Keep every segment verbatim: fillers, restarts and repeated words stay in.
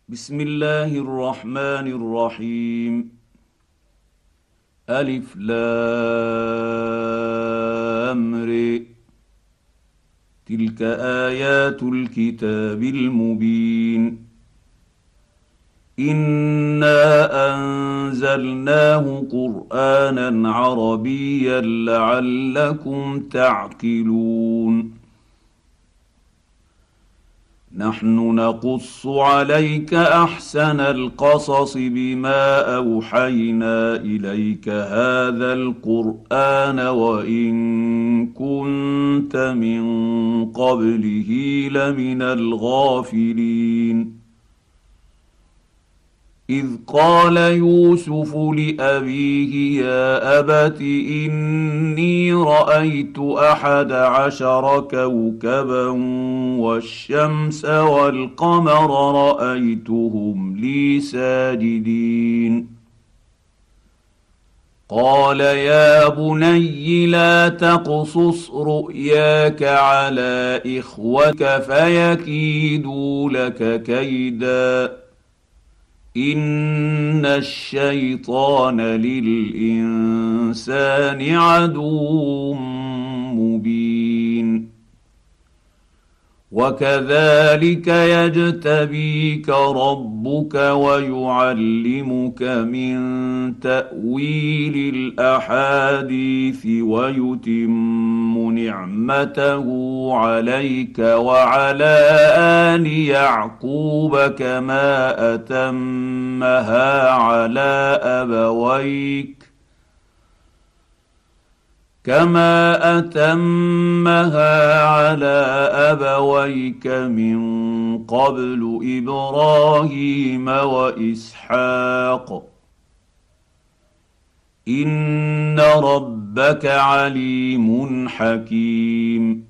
بسم الله الرحمن الرحيم. ألف لام ر. تلك آيات الكتاب المبين. إنا أنزلناه قرآنا عربيا لعلكم تعقلون. نحن نقص عليك احسن القصص بما اوحينا اليك هذا القران وان كنت من قبله لمن الغافلين. اذ قال يوسف لابيه يا ابت اني رايت احد عشر كوكبا والشمس والقمر رايتهم لي ساجدين. قال يا بني لا تقصص رؤياك على اخوتك فيكيدوا لك كيدا ان الشيطان للانسان عدو مبين. وكذلك يجتبيك ربك ويعلمك من تاويل الاحاديث ويتم نعمته عليك وعلى ال يعقوب كما اتمها على ابويك كما أتمها على أبويك من قبل إبراهيم وإسحاق إن ربك عليم حكيم.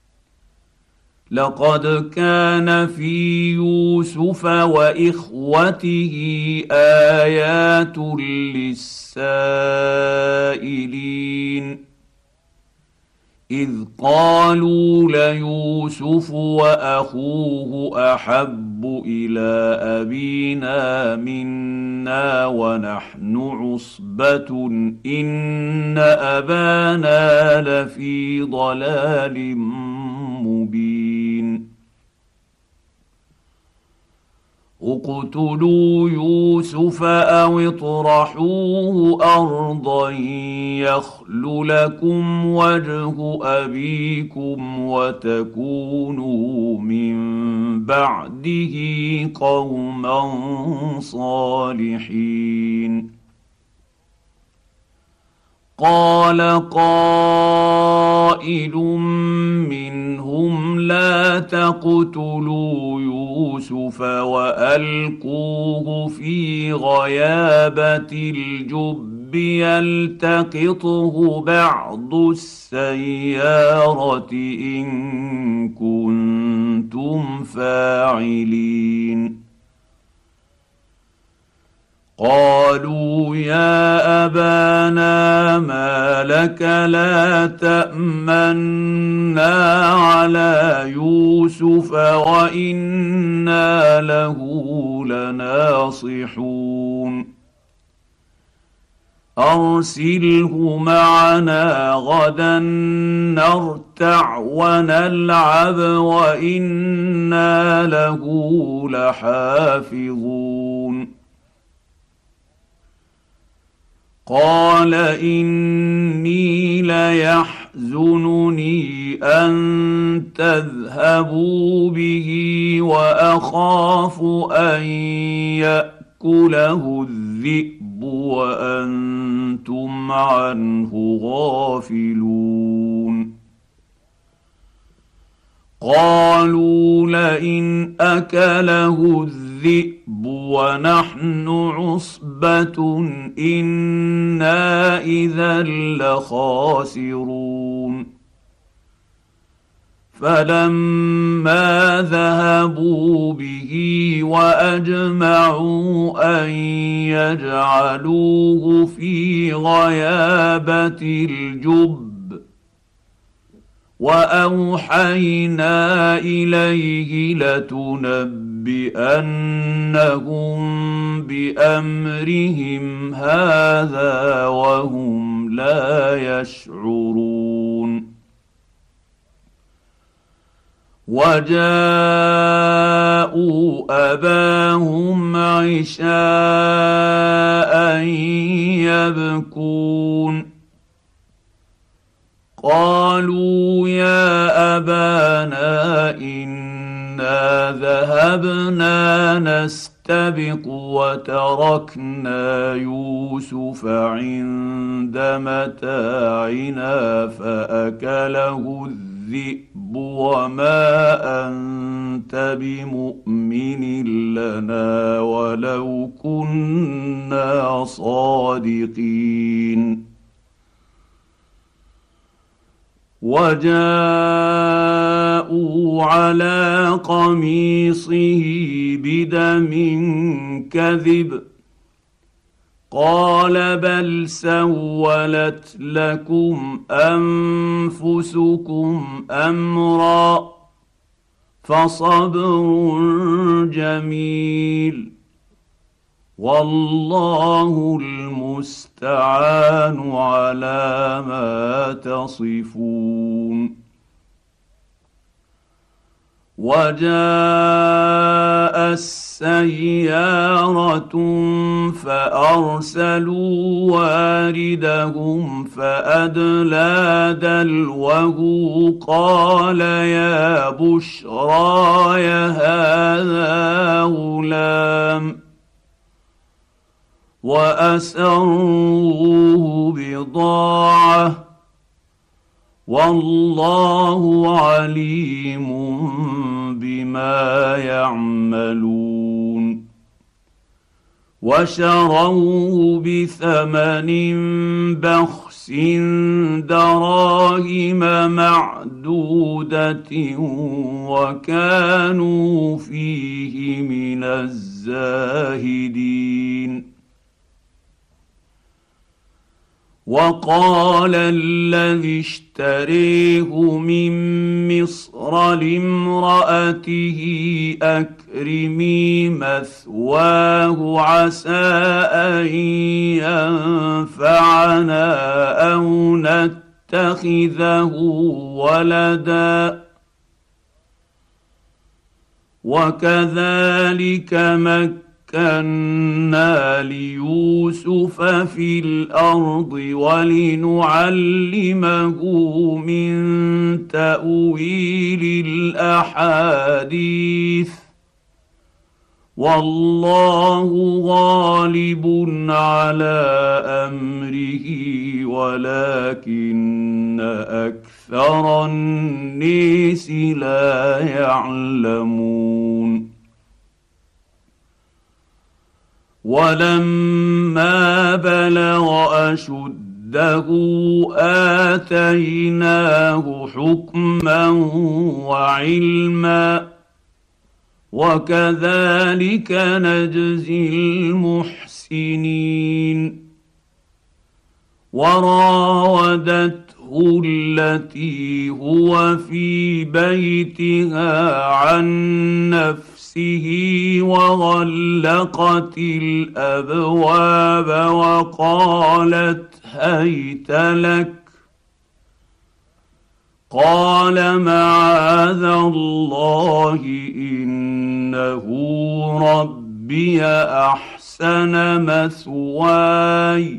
لقد كان في يوسف وإخوته آيات للسائلين إذ قالوا ليوسف وأخوه أحب إلى أبينا منا ونحن عصبة إن أبانا لفي ضلال مبين. اقتلوا يوسف أو اطرحوه أرضا يخل لكم وجه أبيكم وتكونوا من بعده قوما صالحين. قال قائل منهم لا تقتلوا يوسف والقوه في غيابه الجب يلتقطه بعض السياره ان كنتم فاعلين. قالوا يا أبانا ما لك لا تأمنا على يوسف وإنا له لناصحون. أرسله معنا غدا نرتع ونلعب وإنا له لحافظون. قال إني ليحزنني أن تذهبوا به وأخاف أن يأكله الذئب وأنتم عنه غافلون. قالوا لئن أكله الذئب ونحن عصبة إنا إذا لخاسرون. فلما ذهبوا به وأجمعوا أن يجعلوه في غيابة الجب واوحينا اليه لتنبئنهم بامرهم هذا وهم لا يشعرون وجاءوا اباهم عشاء يبكون قالوا يا ابانا انا ذهبنا نستبق وتركنا يوسف عند متاعنا فاكله الذئب وما انت بمؤمن لنا ولو كنا صادقين وجاءوا على قميصه بدم كذب قال بل سولت لكم انفسكم امرا فصبر جميل والله المستعان على ما تصفون وجاء السياره فارسلوا واردهم فادلى دلوه قال يا بشرى هذا غلام واسروه بضاعه والله عليم بما يعملون وشروه بثمن بخس دراهم معدوده وكانوا فيه من الزاهدين وقال الذي اشتريه من مصر لامرأته أكرمي مثواه عسى أن ينفعنا أو نتخذه ولدا وكذلك مكنا مكنا ليوسف في الارض ولنعلمه من تاويل الاحاديث والله غالب على امره ولكن اكثر الناس لا يعلمون ولما بلغ اشده اتيناه حكما وعلما وكذلك نجزي المحسنين وراودته التي هو في بيتها عن نفسه وغلقت الابواب وقالت هيت لك قال معاذ الله انه ربي احسن مثواي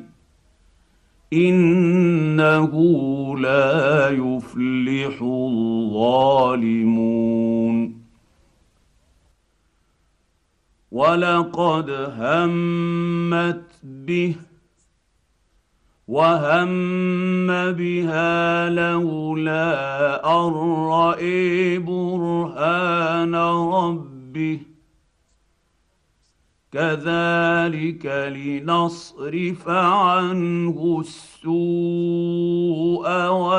انه لا يفلح الظالمون ولقد همت به وهم بها لولا ان رأى برهان ربه كذلك لنصرف عنه السوء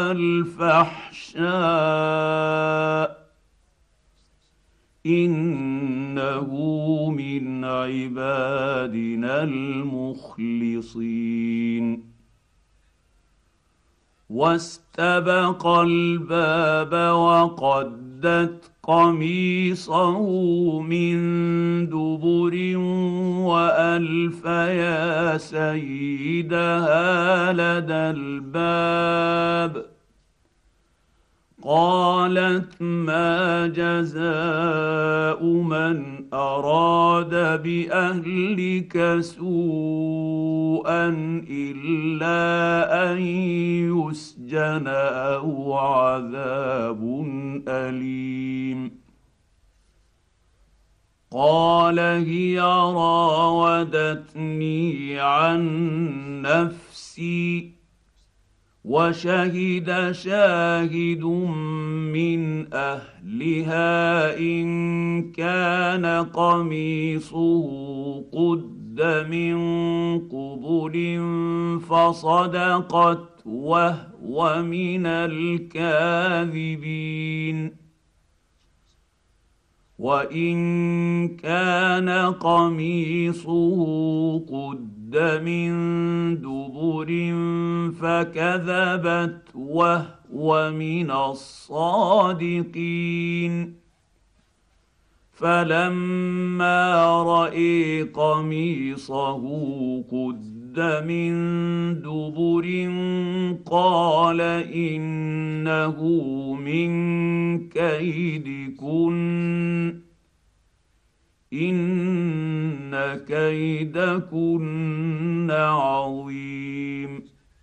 والفحشاء انه من عبادنا المخلصين واستبق الباب وقدت قميصه من دبر والف يا سيدها لدى الباب قالت ما جزاء من اراد باهلك سوءا الا ان يسجن او عذاب اليم قال هي راودتني عن نفسي وشهد شاهد من اهلها ان كان قميصه قد من قبل فصدقت وهو من الكاذبين وان كان قميصه قد من دبر فكذبت وهو من الصادقين فلما راى قميصه قد من دبر قال انه من كيدكن ان كيدكن عظيم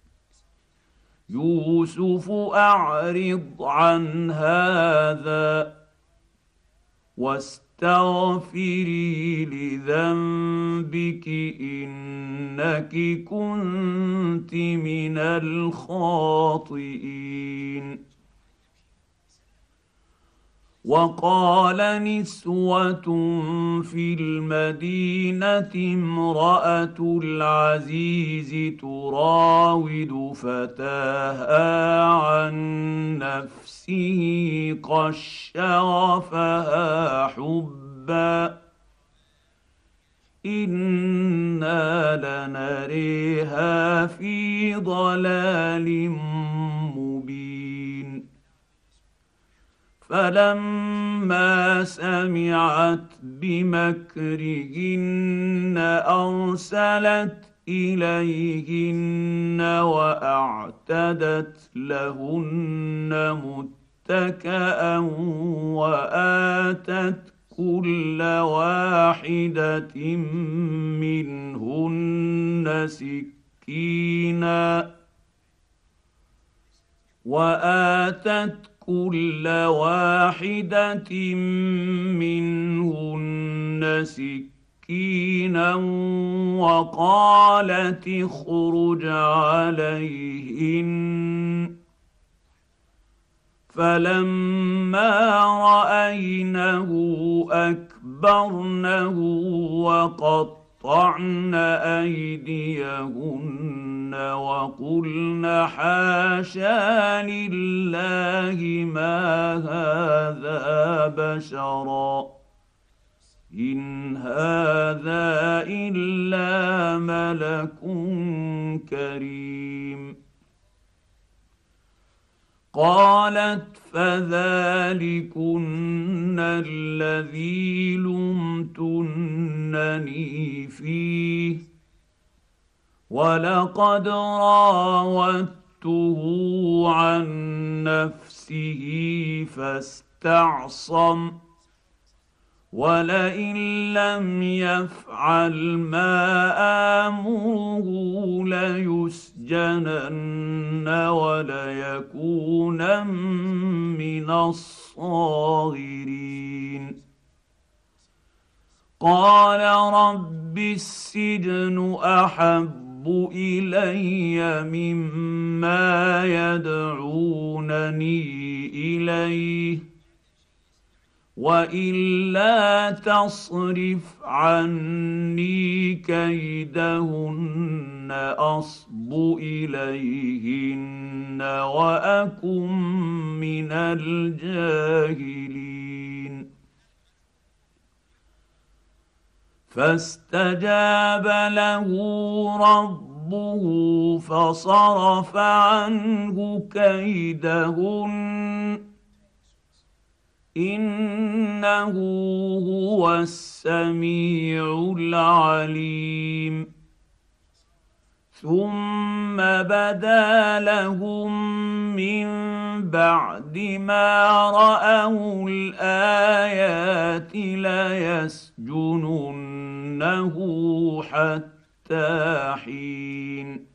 يوسف اعرض عن هذا واستغفري لذنبك انك كنت من الخاطئين وقال نسوة في المدينة امرأة العزيز تراود فتاها عن نفسه قد شغفها حبا إنا لنريها في ضلال مبين فلما سمعت بمكرهن أرسلت إليهن وأعتدت لهن متكأ وآتت كل واحدة منهن سكينا وآتت كل واحدة منهن سكينا وقالت اخرج عليهن فلما رأينه أكبرنه وقطعن أيديهن وقلن حاشا لله ما هذا بشرا إن هذا إلا ملك كريم قالت فذلكن الذي لمتنني فيه ولقد راودته عن نفسه فاستعصم ولئن لم يفعل ما آمره ليسجنن وليكونن من الصاغرين قال رب السجن أحب إلي مما يدعونني إليه وإلا تصرف عني كيدهن أصب إليهن وأكن من الجاهلين فاستجاب له ربه ربه فصرف عنه كيدهن انه هو السميع العليم ثم بدا لهم من بعد ما راوا الايات ليسجننه حتى حين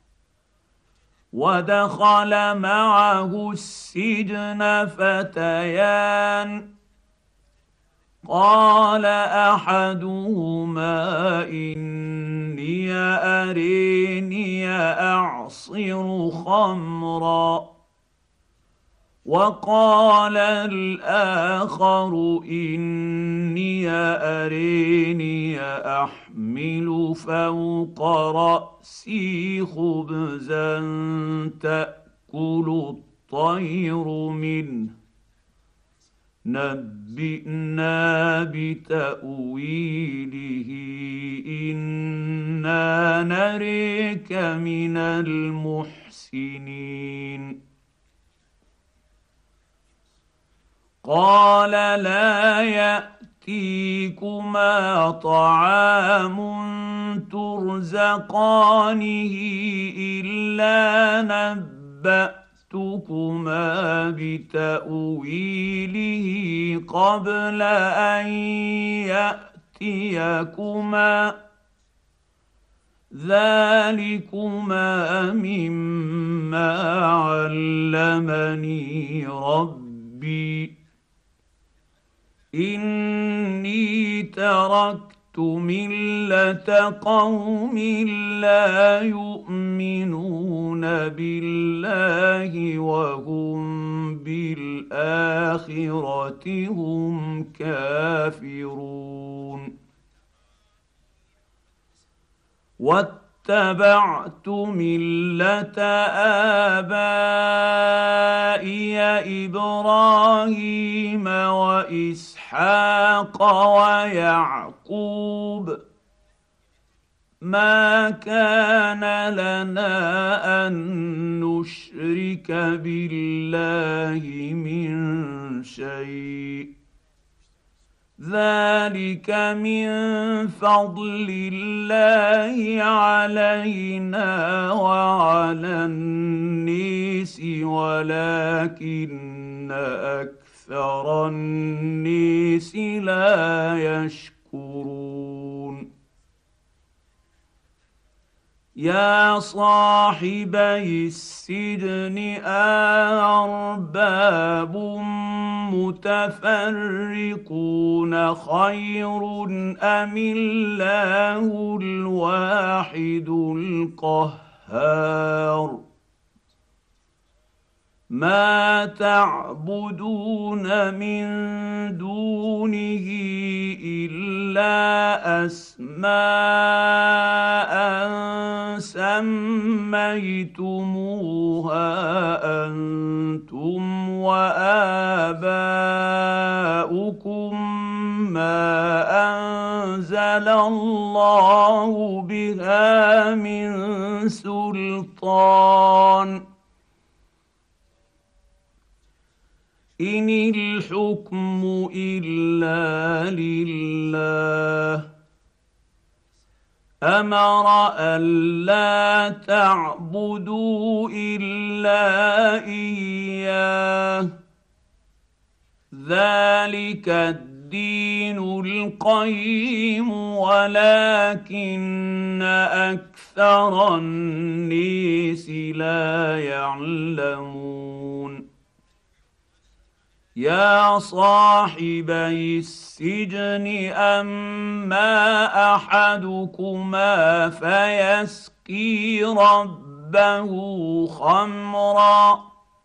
ودخل معه السجن فتيان قال احدهما اني اريني اعصر خمرا وقال الاخر اني اريني احمل فوق راسي خبزا تاكل الطير منه نبئنا بتاويله انا نريك من المحسنين قال لا ياتيكما طعام ترزقانه الا نباتكما بتاويله قبل ان ياتيكما ذلكما مما علمني ربي إني تركت ملة قوم لا يؤمنون بالله وهم بالآخرة هم كافرون واتبعت ملة آبائي إبراهيم وإسحاق ويعقوب ما كان لنا أن نشرك بالله من شيء ذلك من فضل الله علينا وعلى الناس ولكن أكثر الناس لا يشكرون يا صاحبي السجن أأرباب متفرقون خير أم الله الواحد القهار ما تعبدون من دونه إلا أسماء سميتموها أنتم وآباؤكم ما أنزل الله بها من سلطان إن الحكم إلا لله أمر ألا تعبدوا إلا إياه ذلك الدين القيم ولكن أكثر الناس لا يعلمون يا صاحبي السجن أما أحدكما فيسقي ربه خمرا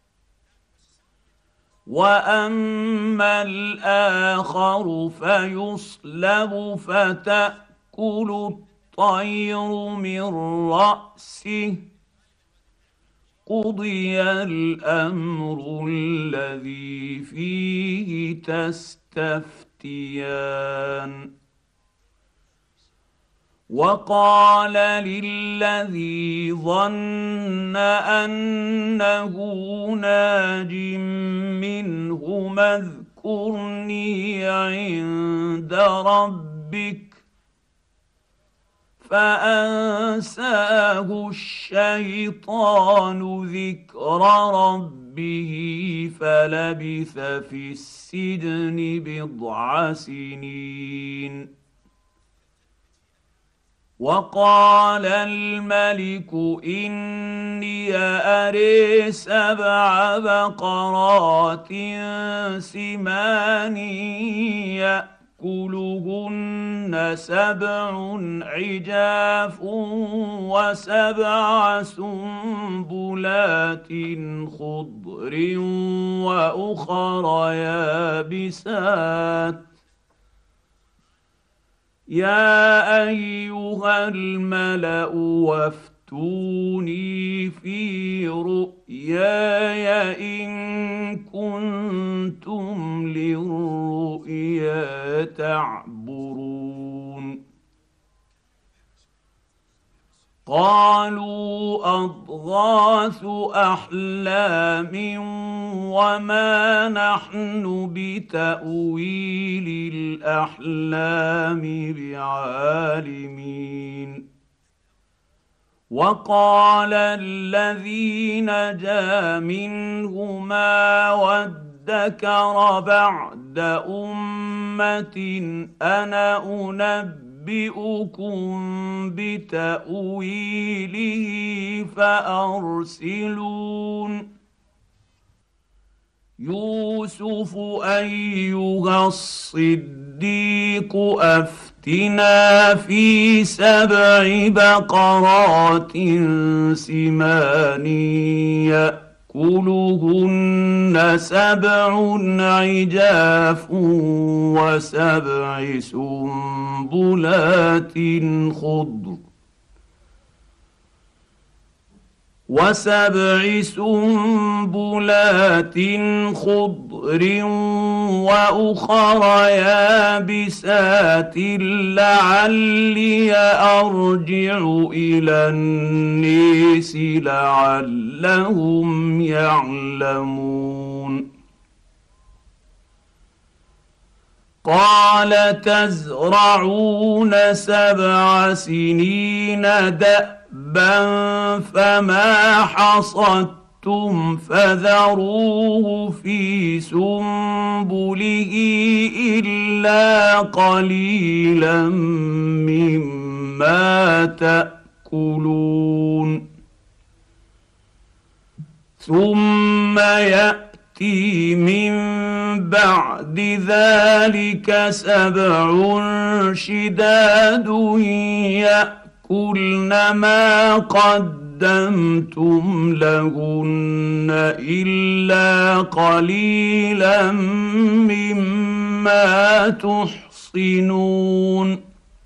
وأما الآخر فيصلب فتأكل الطير من رأسه قضي الأمر الذي فيه تستفتيان وقال للذي ظن انه ناج منهما اذكرني عند ربك فانساه الشيطان ذكر ربه فلبث في السجن بضع سنين. وقال الملك اني اري سبع بقرات سمان ياكلهن سبع عجاف وسبع سنبلات خضر واخر يابسات يا ايها الملا وافتوني في رؤياي ان كنتم للرؤيا تعبرون. قالوا اضغاث احلام وما نحن بتاويل الاحلام بعالمين. وقال الذي نجا منهما وادكر بعد امه انا انبئ أنبئكم بتأويله فأرسلون. يوسف أيها الصديق أفتنا في سبع بقرات سمان يأكلهن سبع عجاف وسبع سنبلات خضر وسبع سنبلات خضر وأخر يابسات لعلي أرجع إلى النيس لعلهم يعلمون. قال تزرعون سبع سنين دأبا فما حصدتم فذروه في سنبله إلا قليلا مما تأكلون. ثم يأتي من بعد ذلك سبع شداد يأكلن ما قدمتم لهن إلا قليلا مما تحصنون.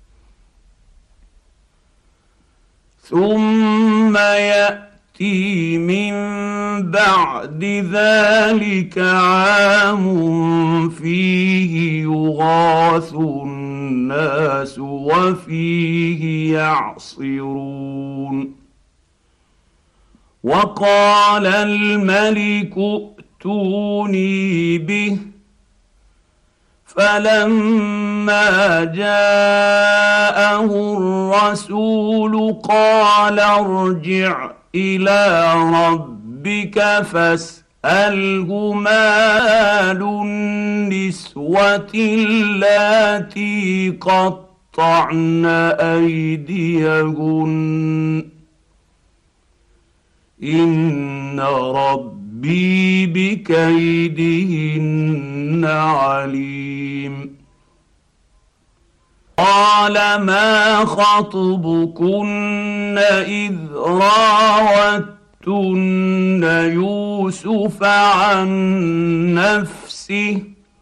ثم يأتي من بعد ذلك عام فيه يغاث الناس وفيه يعصرون. وقال الملك ائتوني به فلما جاءه الرسول قال ارجع إلى ربك فاسأله ما بال النسوة اللاتي قطعن أيديهن إن ربي بكيدهن عليم. قال ما خطبكن إذ راوتن يوسف عن نفسه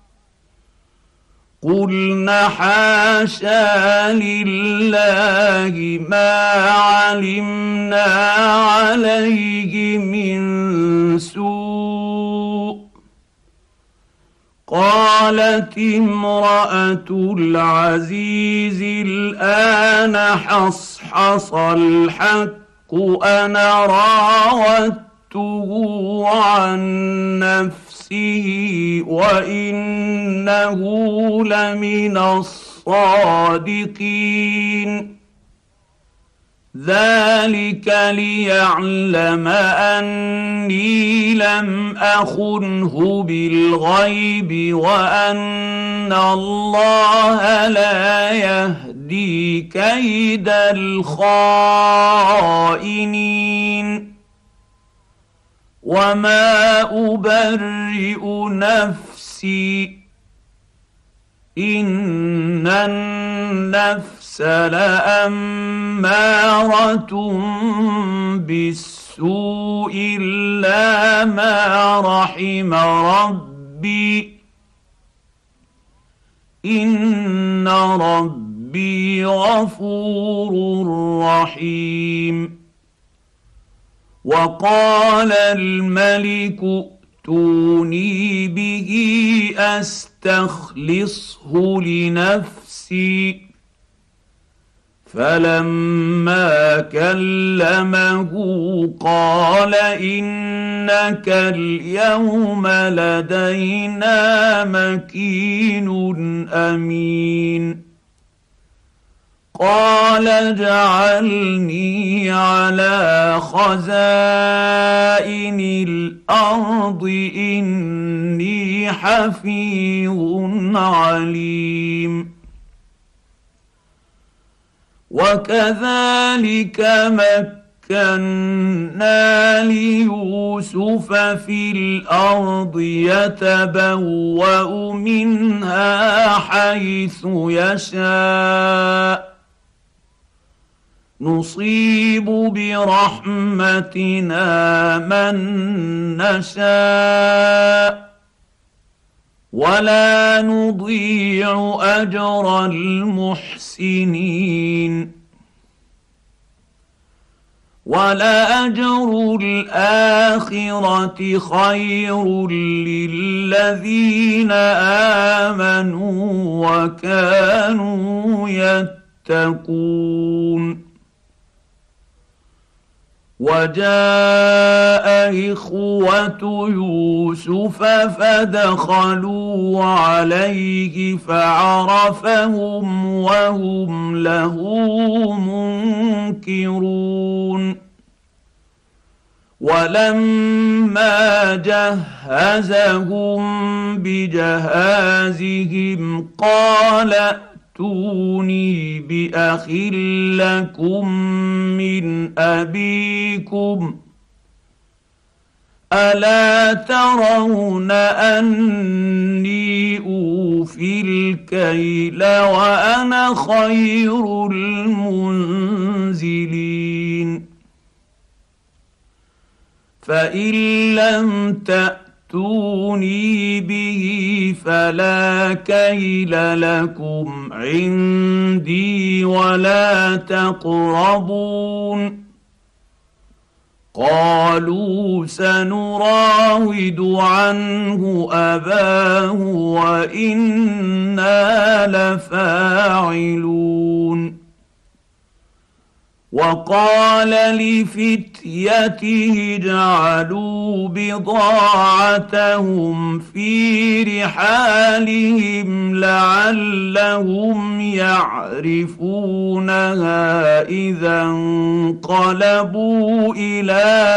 قلنا حاشا لله ما علمنا عليه من سوء قالت امرأة العزيز الآن حصحص الحق أنا راودته عن نفسه وإنه لمن الصادقين ذلك ليعلم أني لم أخنه بالغيب وأن الله لا يهدي كيد الخائنين وما أبرئ نفسي إن النفس لأمارة بالسوء إلا ما رحم ربي إن ربي غفور رحيم وقال الملك ائتوني به أستخلصه لنفسي فلما كلمه قال إنك اليوم لدينا مكين أمين قال اجعلني على خزائن الأرض إني حفيظ عليم وكذلك مكنا ليوسف في الأرض يتبوأ منها حيث يشاء نصيب برحمتنا من نشاء ولا نضيع أجر المحسنين ولأجر الآخرة خير للذين آمنوا وكانوا يتقون وجاء إخوة يوسف فدخلوا عليه فعرفهم وهم له منكرون ولما جهزهم بجهازهم قال ائتوني بأخ لكم من أبيكم ألا ترون أني أوفي الكيل وأنا خير المنزلين فإن لم تأتوني به فلا كيل لكم عندي ولا تقربون قالوا سنراود عنه أباه وإنا لفاعلون وقال لفتيته اجعلوا بضاعتهم في رحالهم لعلهم يعرفونها إذا انقلبوا إلى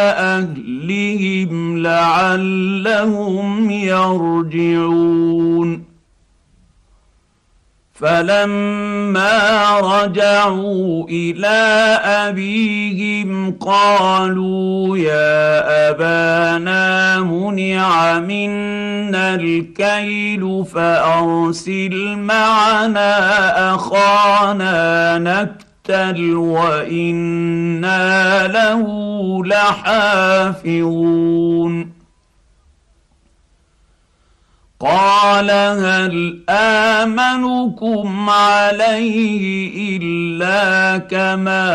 أهلهم لعلهم يرجعون فلما رجعوا إلى أبيهم قالوا يا أبانا منع منا الكيل فأرسل معنا أخانا نكتل وإنا له لحافظون قال هل آمنكم عليه إلا كما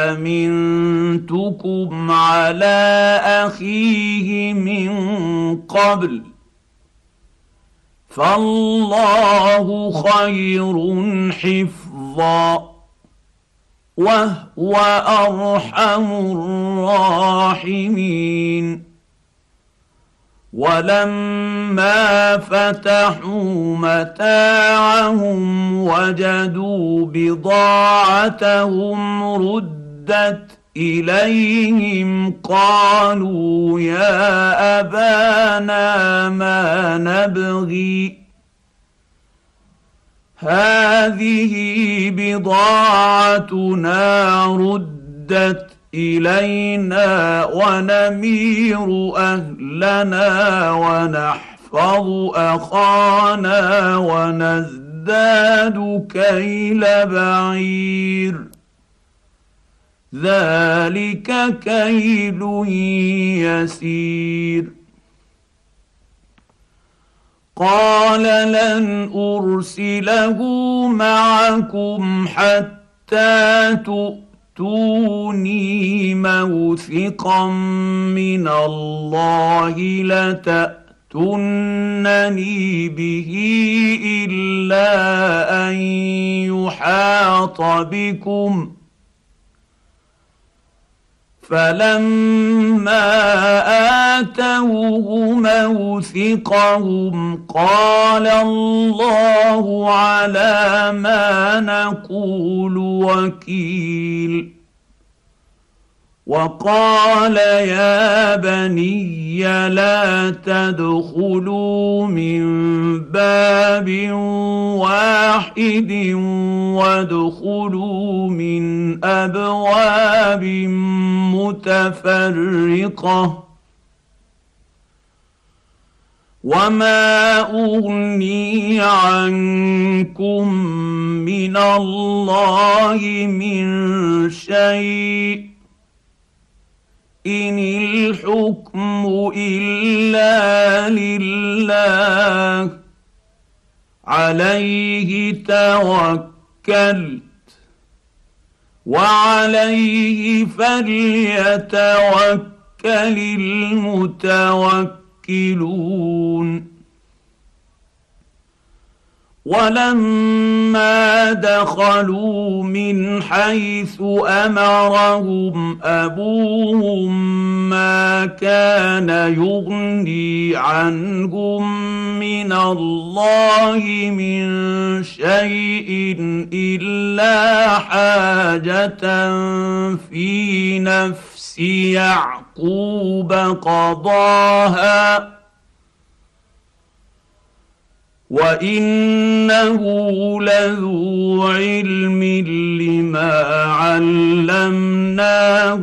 أمنتكم على أخيه من قبل فالله خير حفظا وهو ارحم الراحمين. ولما فتحوا متاعهم وجدوا بضاعتهم ردت اليهم قالوا يا ابانا ما نبغي هذه بضاعتنا ردت الينا ونمير اهلنا ونحفظ اخانا ونزداد كيل بعير ذلك كيل يسير. قال لن ارسله معكم حتى تؤتوني موثقا من الله لتأتونني به الا ان يحاط بكم. فلما آتوه موثقهم قال الله على ما نقول وكيل. وقال يا بني لا تدخلوا من باب واحد وادخلوا من ابواب متفرقه وما اغني عنكم من الله من شيء إن الحكم إلا لله عليه توكلت وعليه فليتوكل المتوكلون. ولما دخلوا من حيث امرهم ابوهم ما كان يغني عنهم من الله من شيء الا حاجه في نفس يعقوب قضاها وانه لذو علم لما علمناه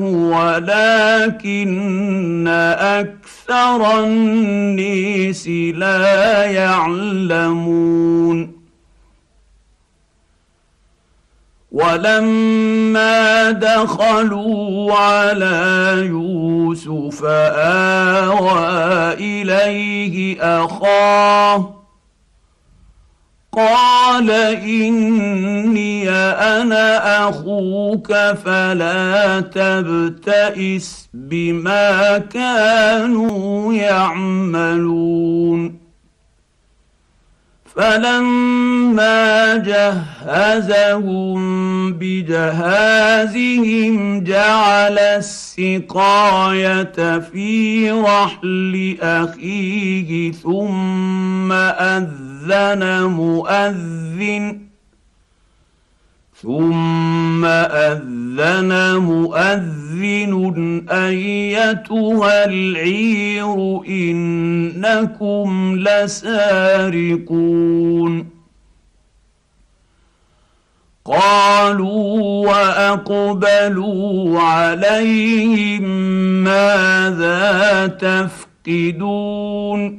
ولكن اكثر الناس لا يعلمون. ولما دخلوا على يوسف آوى إليه أخاه قال إني أنا أخوك فلا تبتئس بما كانوا يعملون. فلما جهزهم بجهازهم جعل السقاية في رحل أخيه ثم أذن مؤذن ثم أذن مؤذن أيتها العير إنكم لسارقون. قالوا وأقبلوا عليهم ماذا تفقدون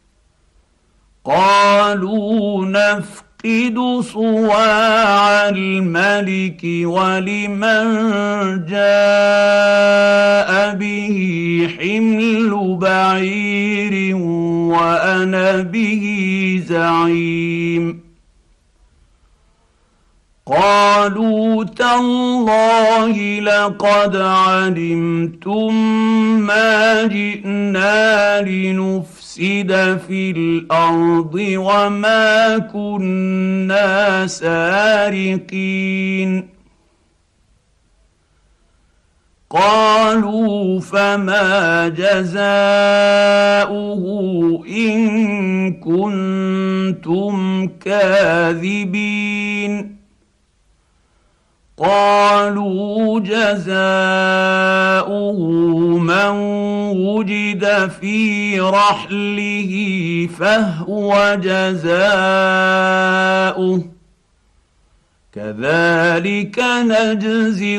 قالوا نفقد صواع الملك ولمن جاء به حمل بعير وأنا به زعيم. قالوا تالله لقد علمتم ما جئنا لنفسد في الارض وما كنا سارقين قالوا فما جزاؤه ان كنتم كاذبين قالوا جزاؤه من وجد في رحله فهو جزاؤه كذلك نجزي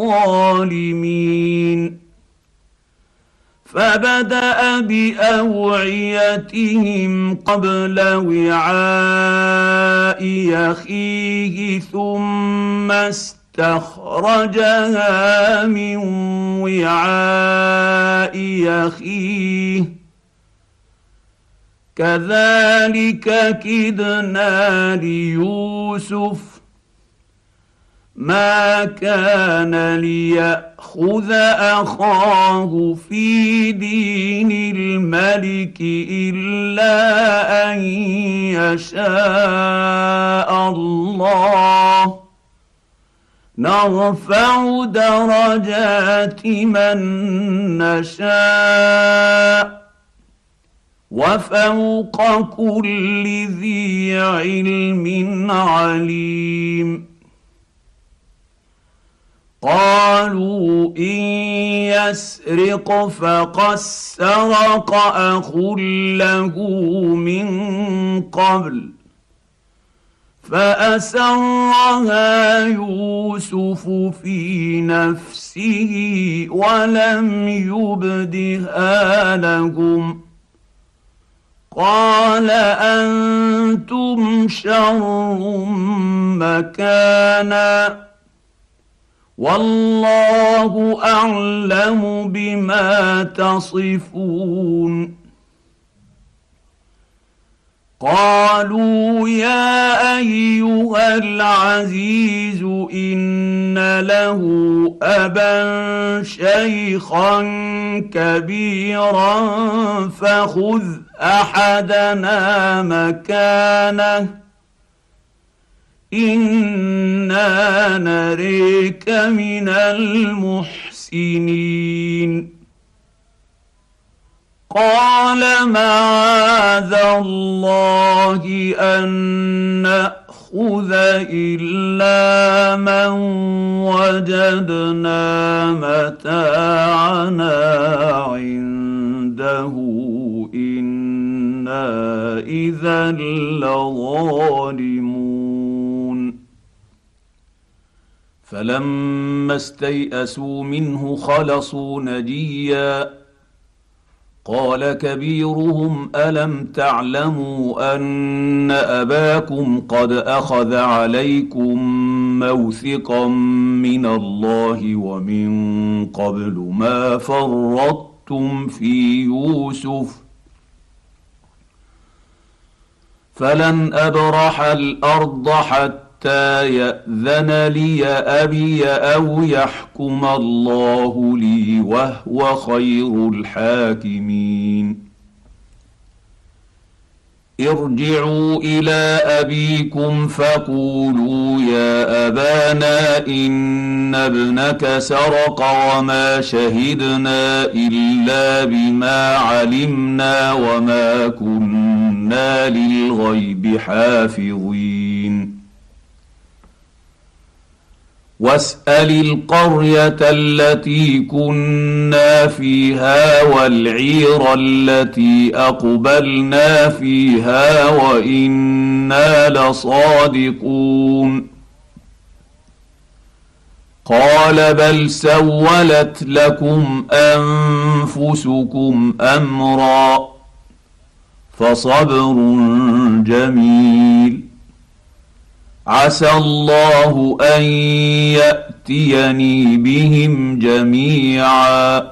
الظالمين فبدأ بأوعيتهم قبل وعاء أخيه ثم استخرجها من وعاء أخيه كذلك كدنا ليوسف ما كان ليأخذ أخاه في دين الملك إلا أن يشاء الله نرفع درجات من نشاء وفوق كل ذي علم عليم قالوا إن يسرق فقد سرق أخ له من قبل فأسرها يوسف في نفسه ولم يبدها لهم قال أنتم شر مكانا والله أعلم بما تصفون قالوا يا أيها العزيز إن له أبا شيخا كبيرا فخذ أحدنا مكانه إنا نريك من المحسنين قال معاذ الله أن نأخذ إلا من وجدنا متاعنا عنده إنا إذا لظالمون فلما استيئسوا منه خلصوا نجيا قال كبيرهم ألم تعلموا أن أباكم قد أخذ عليكم موثقا من الله ومن قبل ما فرطتم في يوسف فلن أبرح الأرض حتى حتى يأذن لي أبي أو يحكم الله لي وهو خير الحاكمين ارجعوا إلى أبيكم فقولوا يا أبانا إن ابنك سرق وما شهدنا إلا بما علمنا وما كنا للغيب حافظين واسأل القرية التي كنا فيها والعير التي أقبلنا فيها وإنا لصادقون قال بل سولت لكم أنفسكم أمرا فصبر جميل عسى الله أن يأتيني بهم جميعا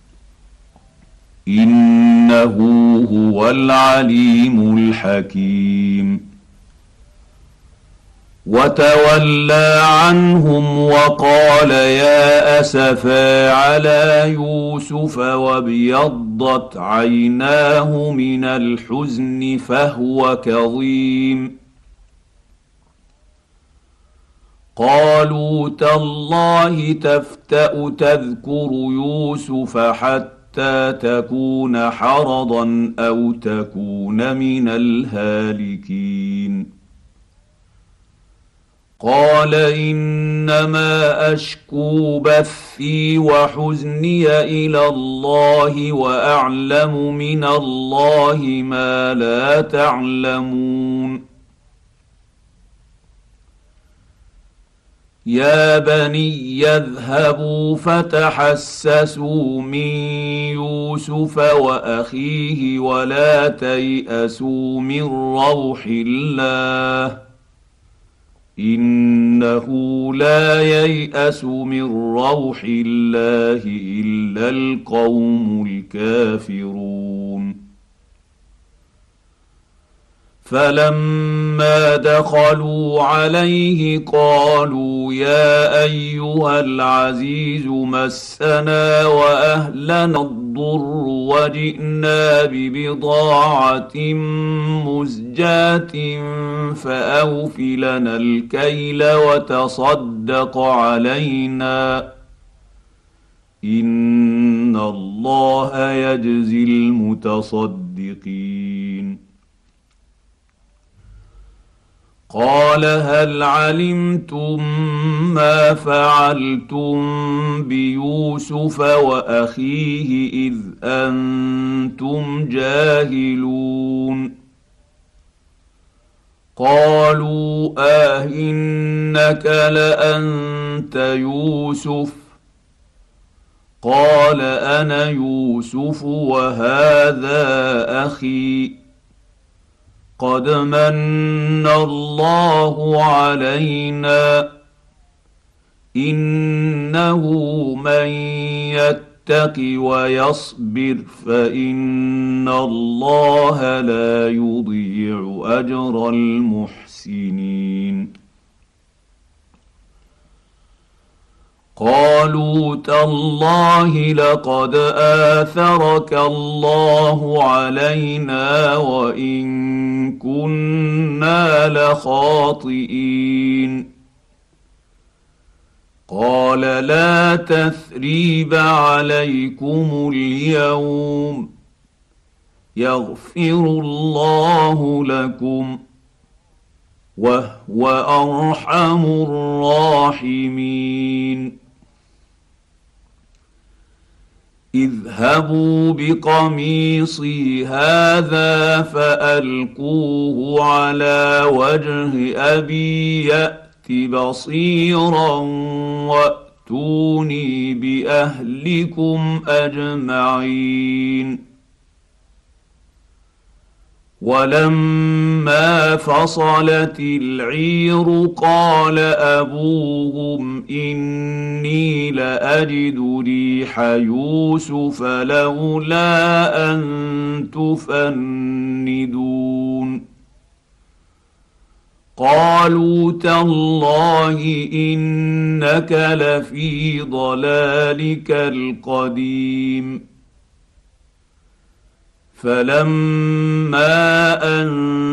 إنه هو العليم الحكيم وتولى عنهم وقال يا اسفا على يوسف وابيضت عيناه من الحزن فهو كظيم قالوا تالله تفتأ تذكر يوسف حتى تكون حرضا أو تكون من الهالكين قال إنما أشكو بثي وحزني إلى الله وأعلم من الله ما لا تعلمون يا بني يذهبوا فتحسسوا من يوسف واخيه ولا تيأسوا من روح الله انه لا ييأس من روح الله الا القوم الكافرون فلما دخلوا عليه قالوا يا ايها العزيز مسنا واهلنا الضر وجئنا ببضاعه مزجاه فاوف لنا الكيل وتصدق علينا ان الله يجزي المتصدقين قال هل علمتم ما فعلتم بيوسف واخيه اذ انتم جاهلون قالوا آه إنك لأنت يوسف قال أنا يوسف وهذا أخي قد من الله علينا إنه من يتق ويصبر فإن الله لا يضيع أجر المحسنين قالوا تالله لقد آثرك الله علينا وإن كنا لخاطئين قال لا تثريب عليكم اليوم يغفر الله لكم وهو أرحم الراحمين اذهبوا بقميصي هذا فألقوه على وجه أبي يأت بصيرا وأتوني بأهلكم أجمعين ولما فصلت العير قال أبوهم إني لأجد ريح يوسف لولا أن تفندون قالوا تالله إنك لفي ضلالك القديم فلما أن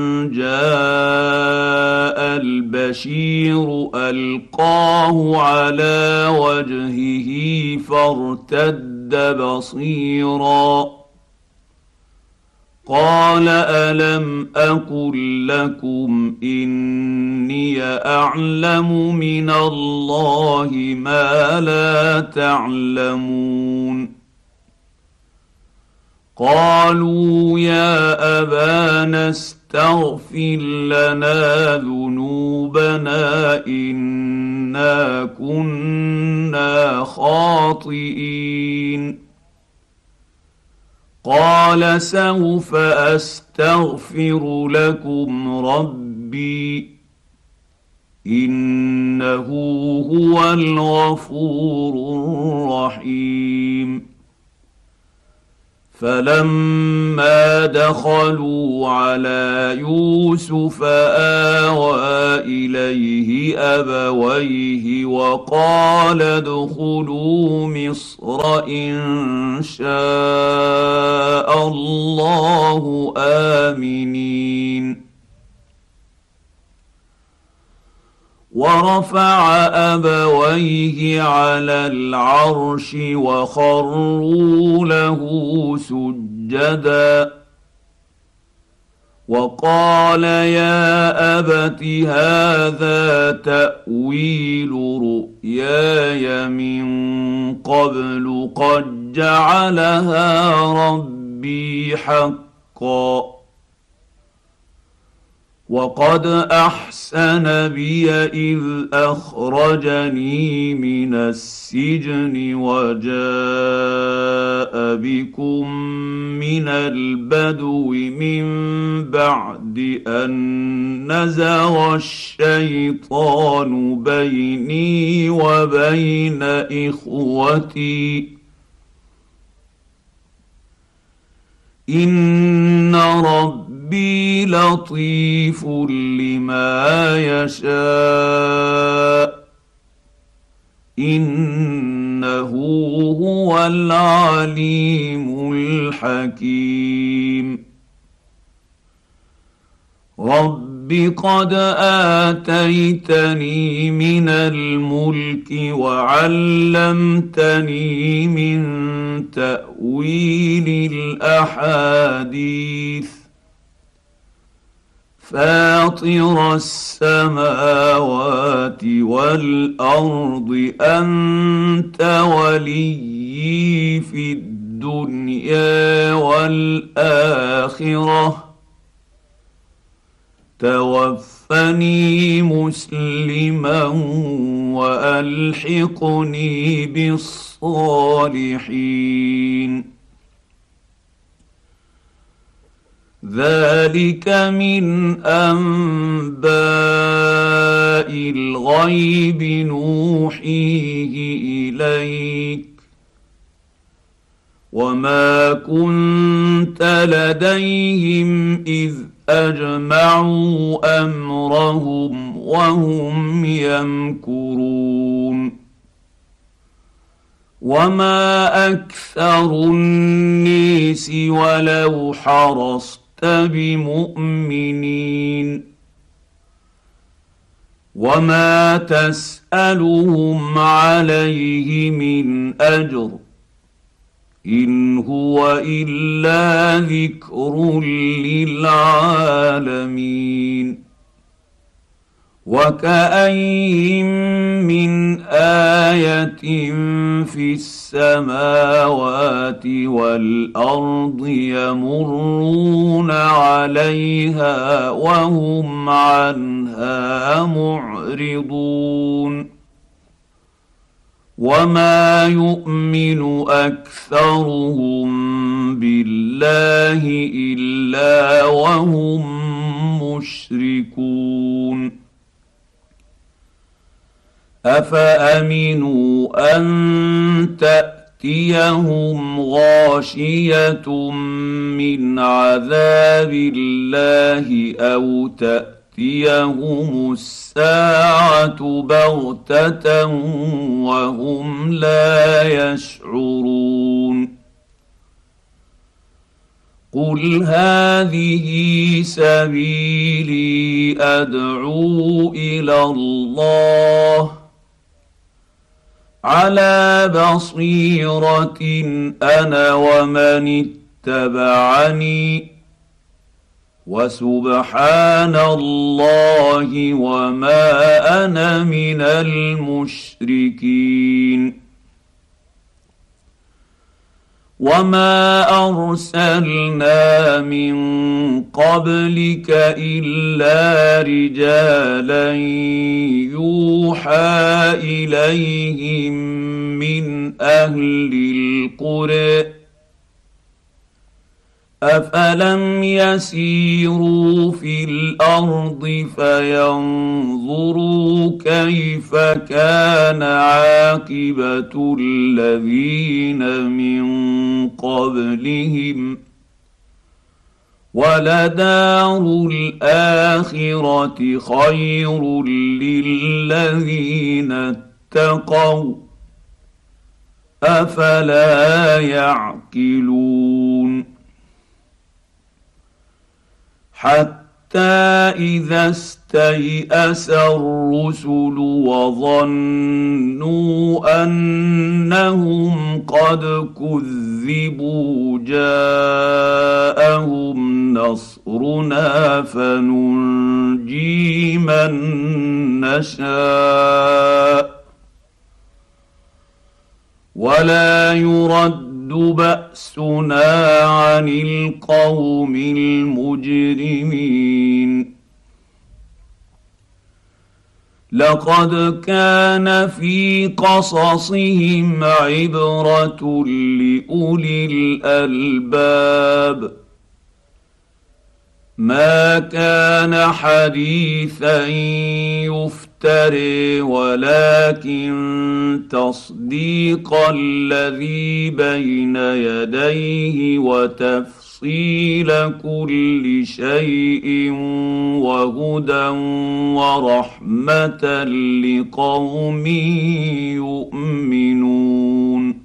جاء البشير ألقاه على وجهه فارتد بصيرا قال ألم أقل لكم إني أعلم من الله ما لا تعلمون قالوا يا أبانا استغفر لنا ذنوبنا إنا كنا خاطئين قال سوف أستغفر لكم ربي إنه هو الغفور الرحيم فلما دخلوا على يوسف آوى إليه أبويه وقال ادخلوا مصر إن شاء الله آمنين. ورفع أبويه على العرش وخروا له سجدا وقال يا أبت هذا تأويل رؤياي من قبل قد جعلها ربي حقا وقد أحسن بي إذ أخرجني من السجن وجاء بكم من البدو من بعد أن نزغ الشيطان بيني وبين إخوتي إن ربي لطيف لما يشاء إنه هو العليم الحكيم. رب قد آتيتني من الملك وعلمتني من تأويل الأحاديث فاطر السماوات والأرض أنت وليي في الدنيا والآخرة توفني مسلما وألحقني بالصالحين. ذلك من أنباء الغيب نوحيه إليك وما كنت لديهم إذ أجمعوا أمرهم وهم يمكرون. وما أكثر الناس ولو حرصت بمؤمنين وما تسألهم عليه من أجر إن هو إلا ذكر للعالمين. وكأين من آية في السماوات والأرض يمرون عليها وهم عنها معرضون وما يؤمن أكثرهم بالله إلا وهم مشركون. أفأمنوا أن تأتيهم غاشية من عذاب الله أو تأتيهم الساعة بغتة وهم لا يشعرون. قل هذه سبيلي أدعو إلى الله على بصيرة أنا ومن اتبعني وسبحان الله وما أنا من المشركين. وما أرسلنا من قبلك إلا رجالا يوحى إليهم من أهل القرى افلم يسيروا في الارض فينظروا كيف كان عاقبه الذين من قبلهم ولدار الاخره خير للذين اتقوا افلا يعقلون حتى اذا استيأس الرسل وظنوا انهم قد كذبوا جاءهم نصرنا فننجي من نشاء ولا يرد بأسنا عن القوم المجرمين لقد كان في قصصهم عبرة لأولي الألباب ما كان حديثا يفتري ولكن تصديق الذي بين يديه وتفصيل كل شيء وهدى ورحمة لقوم يؤمنون